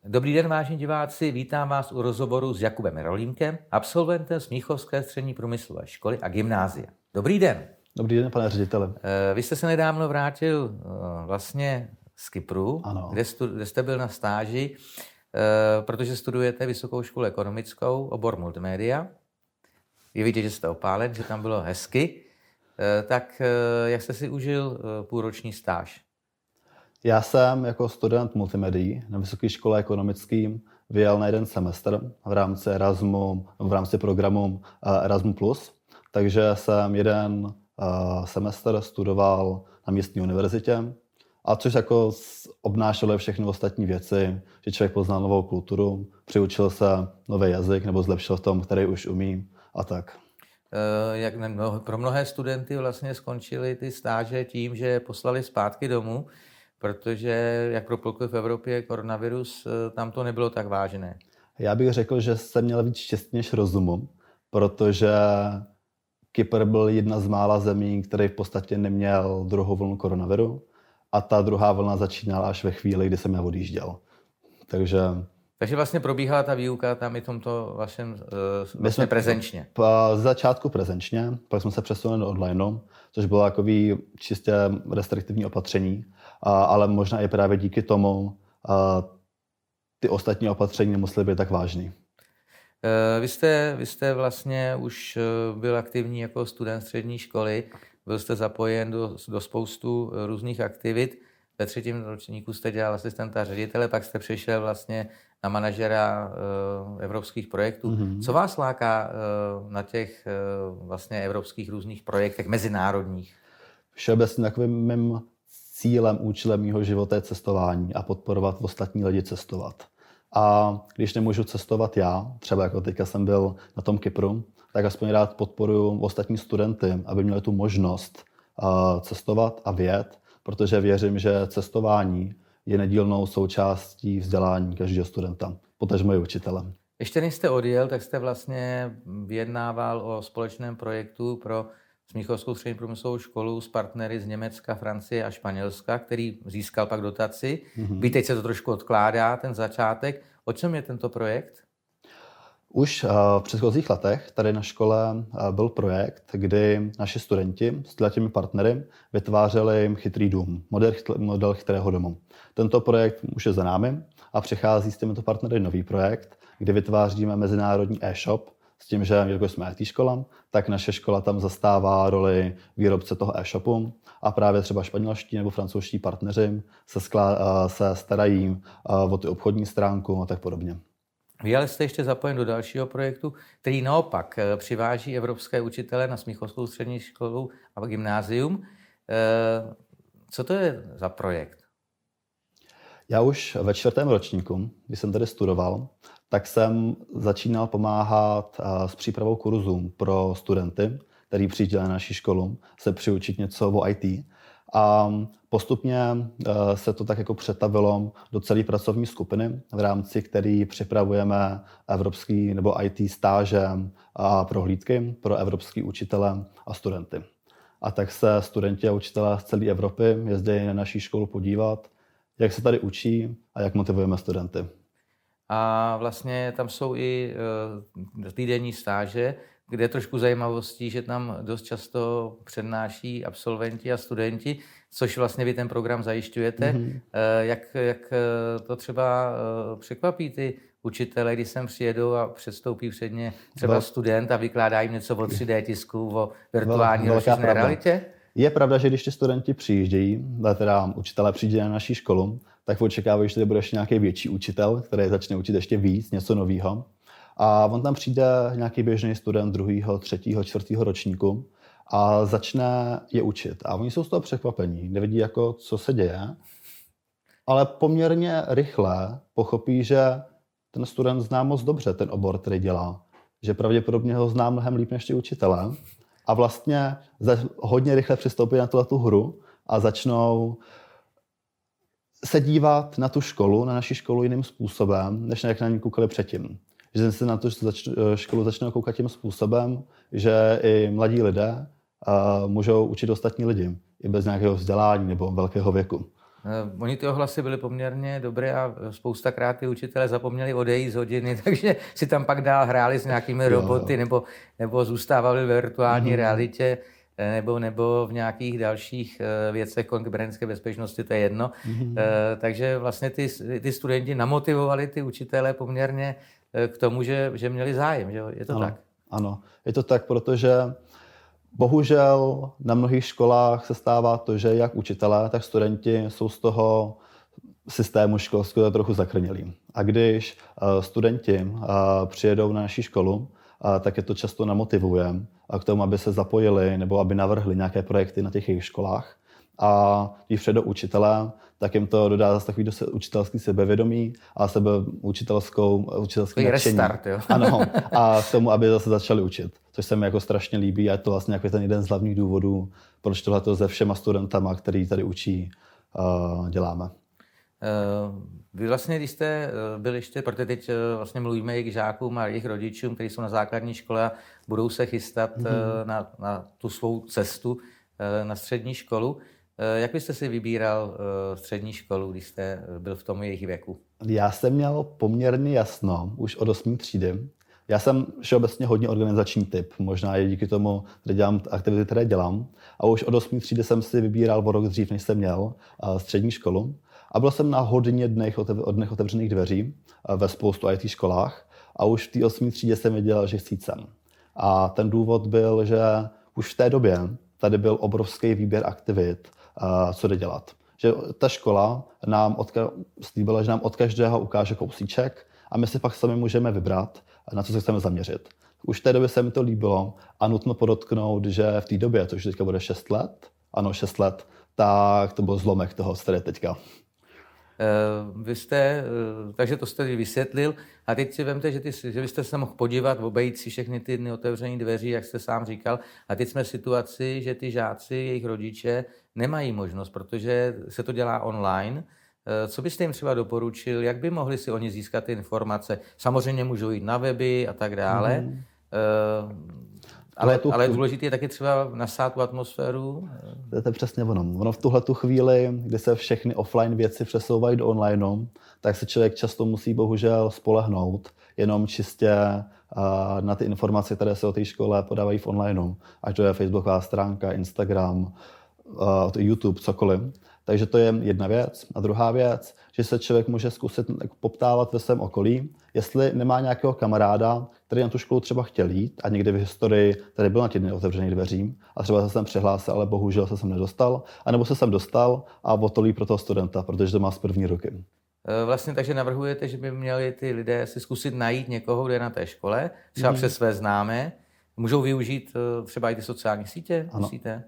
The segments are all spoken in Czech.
Dobrý den, vážení diváci, vítám vás u rozhovoru s Jakubem Rolínkem, absolventem Smíchovské střední průmyslové školy a gymnázia. Dobrý den. Dobrý den, pane řediteli. Vy jste se nedávno vrátil vlastně z Kypru, kde jste byl na stáži, protože studujete Vysokou školu ekonomickou, obor multimédia. Je vidět, že jste opálen, že tam bylo hezky. Tak jak jste si užil půlroční stáž? Já jsem jako student multimédií na Vysoké škole ekonomický vyjel na jeden semestr v rámci Erasmu, v rámci programu Erasmus+. Takže jsem jeden semestr studoval na místní univerzitě, a což jako obnášelo všechny ostatní věci, že člověk poznal novou kulturu, přiučil se nový jazyk nebo zlepšil v tom, který už umí a tak. Pro mnohé studenty vlastně skončily ty stáže tím, že poslali zpátky domů, protože jak propukl v Evropě koronavirus, tam to nebylo tak vážné. Já bych řekl, že jsem měl víc štěstí než rozumu, protože Kypr byl jedna z mála zemí, který v podstatě neměl druhou vlnu koronaviru a ta druhá vlna začínala až ve chvíli, kdy jsem já odjížděl. Takže vlastně probíhala ta výuka tam i tomto vašem vlastně prezenčně? Z začátku prezenčně, pak jsme se přesunuli do onlineu, což bylo takový čistě restriktivní opatření, ale možná i právě díky tomu ty ostatní opatření nemusely být tak vážný. Vy jste vlastně už byl aktivní jako student střední školy, byl jste zapojen do spoustu různých aktivit. Ve 3. ročníku jste dělal asistenta ředitele, pak jste přešel vlastně na manažera evropských projektů. Co vás láká na těch vlastně evropských různých projektech mezinárodních? Všeobecně takovým mým cílem, účelem mýho života je cestování a podporovat ostatní lidi cestovat. A když nemůžu cestovat já, třeba jako teďka jsem byl na tom Kypru, tak aspoň rád podporuji ostatní studenty, aby měli tu možnost cestovat a vyjet, protože věřím, že cestování je nedílnou součástí vzdělání každého studenta, potažmo i učitele. Ještě než jste odjel, tak jste vlastně vyjednával o společném projektu pro Smíchovskou střední průmyslovou školu s partnery z Německa, Francie a Španělska, který získal pak dotaci. Vy teď se to trošku odkládá, ten začátek. O čem je tento projekt? Už v předchozích letech tady na škole byl projekt, kdy naši studenti s těmi partnery vytvářeli chytrý dům, model chytrého domu. Tento projekt už je za námi a přichází s těmito partnery nový projekt, kdy vytváříme mezinárodní e-shop s tím, že jako jsme IT škola, tak naše škola tam zastává roli výrobce toho e-shopu a právě třeba španělští nebo francouzští partneři se starají o ty obchodní stránku a tak podobně. Vy ale jste ještě zapojen do dalšího projektu, který naopak přiváží evropské učitele na Smíchovskou střední školu a gymnázium. Co to je za projekt? Já už ve 4. ročníku, když jsem tady studoval, tak jsem začínal pomáhat s přípravou kurzů pro studenty, který přijížděli na naši školu, se přiučit něco o IT. A postupně se to tak jako přetavilo do celé pracovní skupiny, v rámci které připravujeme evropský nebo IT stáže a prohlídky pro evropský učitele a studenty. A tak se studenti a učitelé z celé Evropy jezdí na naší školu podívat, jak se tady učí a jak motivujeme studenty. A vlastně tam jsou i týdenní stáže, kde je trošku zajímavostí, že tam dost často přednáší absolventi a studenti, což vlastně vy ten program zajišťujete. Jak to třeba překvapí ty učitele, když sem přijedou a předstoupí před ně třeba student a vykládá jim něco o 3D tisku, o virtuální rozšířené realitě? Je pravda, že když ti studenti přijíždějí, teda učitelé přijíždějí na naší školu, tak očekávají, že tady bude ještě nějaký větší učitel, který začne učit ještě víc, něco nového. A on tam přijde nějaký běžný student 2., 3., 4. ročníku a začne je učit. A oni jsou z toho překvapení, nevidí, jako, co se děje, ale poměrně rychle pochopí, že ten student zná moc dobře ten obor, který dělá. Že pravděpodobně ho zná mnohem líp než ti učitelé. A vlastně hodně rychle přistoupí na tu hru a začnou se dívat na tu školu, na naši školu jiným způsobem, než jak na ní koukali předtím. Že se na tu školu začnou koukat tím způsobem, že i mladí lidé můžou učit ostatní lidi, i bez nějakého vzdělání nebo velkého věku. Oni ty ohlasy byly poměrně dobré a spoustakrát ty učitelé zapomněli odejít z hodiny, takže si tam pak dál hráli s nějakými roboty nebo zůstávali ve virtuální realitě nebo v nějakých dalších věcech kybernetické bezpečnosti, to je jedno. Takže vlastně ty studenti namotivovali ty učitele poměrně k tomu, že měli zájem, že je to ano, tak? Ano, je to tak, protože bohužel na mnohých školách se stává to, že jak učitelé, tak studenti jsou z toho systému školského trochu zakrnělí. A když studenti přijedou na naši školu, tak je to často namotivuje k tomu, aby se zapojili nebo aby navrhli nějaké projekty na těch jejich školách. A když přijdou učitelé, tak jim to dodá zase takový učitelský sebevědomí a učitelský restart, jo? Ano, a k tomu, aby zase začali učit, což se mi jako strašně líbí a je to vlastně jako ten jeden z hlavních důvodů, proč tohleto se všema studentama, který tady učí, děláme. Vy vlastně, když jste byli ještě, protože teď vlastně mluvíme i k žákům a jejich rodičům, kteří jsou na základní škole a budou se chystat na tu svou cestu na střední školu. Jak byste si vybíral střední školu, když jste byl v tom jejich věku? Já jsem měl poměrně jasno už od 8. třídy. Já jsem všeobecně hodně organizační typ, možná i díky tomu, že dělám aktivity, které dělám. A už od 8. třídy jsem si vybíral o rok dřív, než jsem měl střední školu. A byl jsem na hodně dnech otevřených dveří ve spoustu IT školách. A už v té 8. třídě jsem věděl, že chci jít sem. A ten důvod byl, že už v té době tady byl obrovský výběr aktivit, co jde dělat. Že ta škola nám slíbila, že nám od každého ukáže kousíček a my si pak sami můžeme vybrat, na co se chceme zaměřit. Už v té době se mi to líbilo a nutno podotknout, že v té době, což teďka bude 6 let, ano 6 let, tak to byl zlomek toho, co tady teďka. Takže to jste vysvětlil a teď si vemte, že byste se mohl podívat, obejít si všechny ty dny otevřené dveří, jak jste sám říkal, a teď jsme v situaci, že ty žáci, jejich rodiče nemají možnost, protože se to dělá online. Co byste jim třeba doporučil, jak by mohli si oni získat ty informace? Samozřejmě můžou jít na weby a tak dále, ale důležité je taky třeba nasát tu atmosféru. To je přesně ono. Ono v tuhletu chvíli, kdy se všechny offline věci přesouvají do online, tak se člověk často musí bohužel spolehnout jenom čistě na ty informace, které se o té škole podávají v online. Ať to je facebooková stránka, Instagram, YouTube, cokoliv. Takže to je jedna věc. A druhá věc, že se člověk může zkusit poptávat ve svém okolí, jestli nemá nějakého kamaráda, který na tu školu třeba chtěl jít a někdy v historii tady byl na těch otevřených dveřím a třeba se sem přihlásil, ale bohužel se sem nedostal, anebo se sem dostal a otolí pro toho studenta, protože to má z první ruky. Vlastně takže navrhujete, že by měli ty lidé si zkusit najít někoho, kdo je na té škole, třeba přes své známé. Můžou využít třeba i ty sociální sítě? Ano. Myslíte?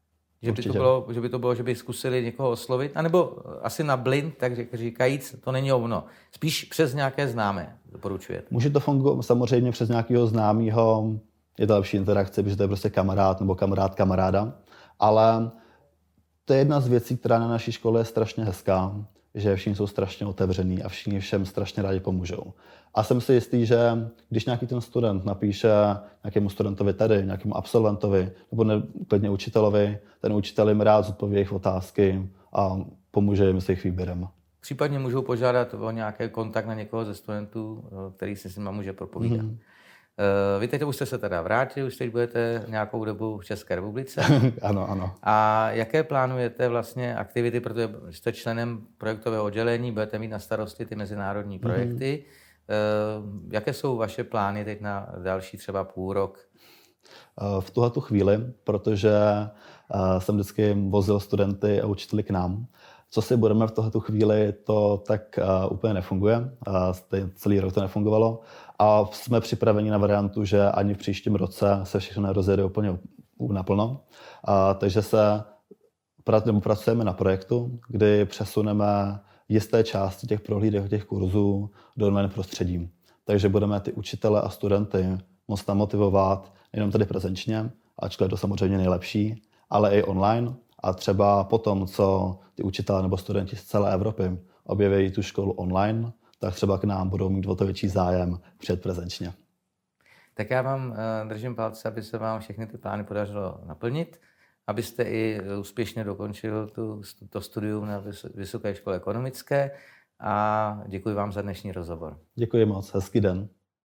Že by zkusili někoho oslovit, anebo asi na blind, tak říkajíc, to není ono. Spíš přes nějaké známé doporučujete. Může to fungovat samozřejmě přes nějakého známého, je to lepší interakce, protože to je prostě kamarád nebo kamarád kamaráda, ale to je jedna z věcí, která na naší škole je strašně hezká, že všichni jsou strašně otevření a všichni všem strašně rádi pomůžou. A jsem si jistý, že když nějaký ten student napíše nějakému studentovi tady, nějakému absolventovi nebo klidně učitelovi, ten učitel jim rád zodpoví jejich otázky a pomůže jim s jejich výběrem. Případně můžou požádat o nějaký kontakt na někoho ze studentů, který si s nimi může propovídat. Vy teď už jste se teda vrátili, už teď budete nějakou dobu v České republice. Ano. A jaké plánujete vlastně aktivity, protože jste členem projektového oddělení, budete mít na starosti ty mezinárodní projekty. Jaké jsou vaše plány teď na další třeba půl rok? V tuhletu chvíli, protože jsem vždycky vozil studenty a učiteli k nám. Co si budeme v tuhletu chvíli, to tak úplně nefunguje. Celý rok to nefungovalo. A jsme připraveni na variantu, že ani v příštím roce se všechno nerozjede úplně naplno. Takže pracujeme na projektu, kdy přesuneme jisté části těch prohlídek, těch kurzů do online prostředí. Takže budeme ty učitele a studenty moc namotivovat nejenom tady prezenčně, ačkoliv to samozřejmě nejlepší, ale i online. A třeba potom, co ty učitelé nebo studenti z celé Evropy objeví tu školu online, tak třeba k nám budou mít o to větší zájem předprezenčně. Tak já vám držím palce, aby se vám všechny ty plány podařilo naplnit. abyste i úspěšně dokončil to studium na Vysoké škole ekonomické a děkuji vám za dnešní rozhovor. Děkuji moc, hezký den.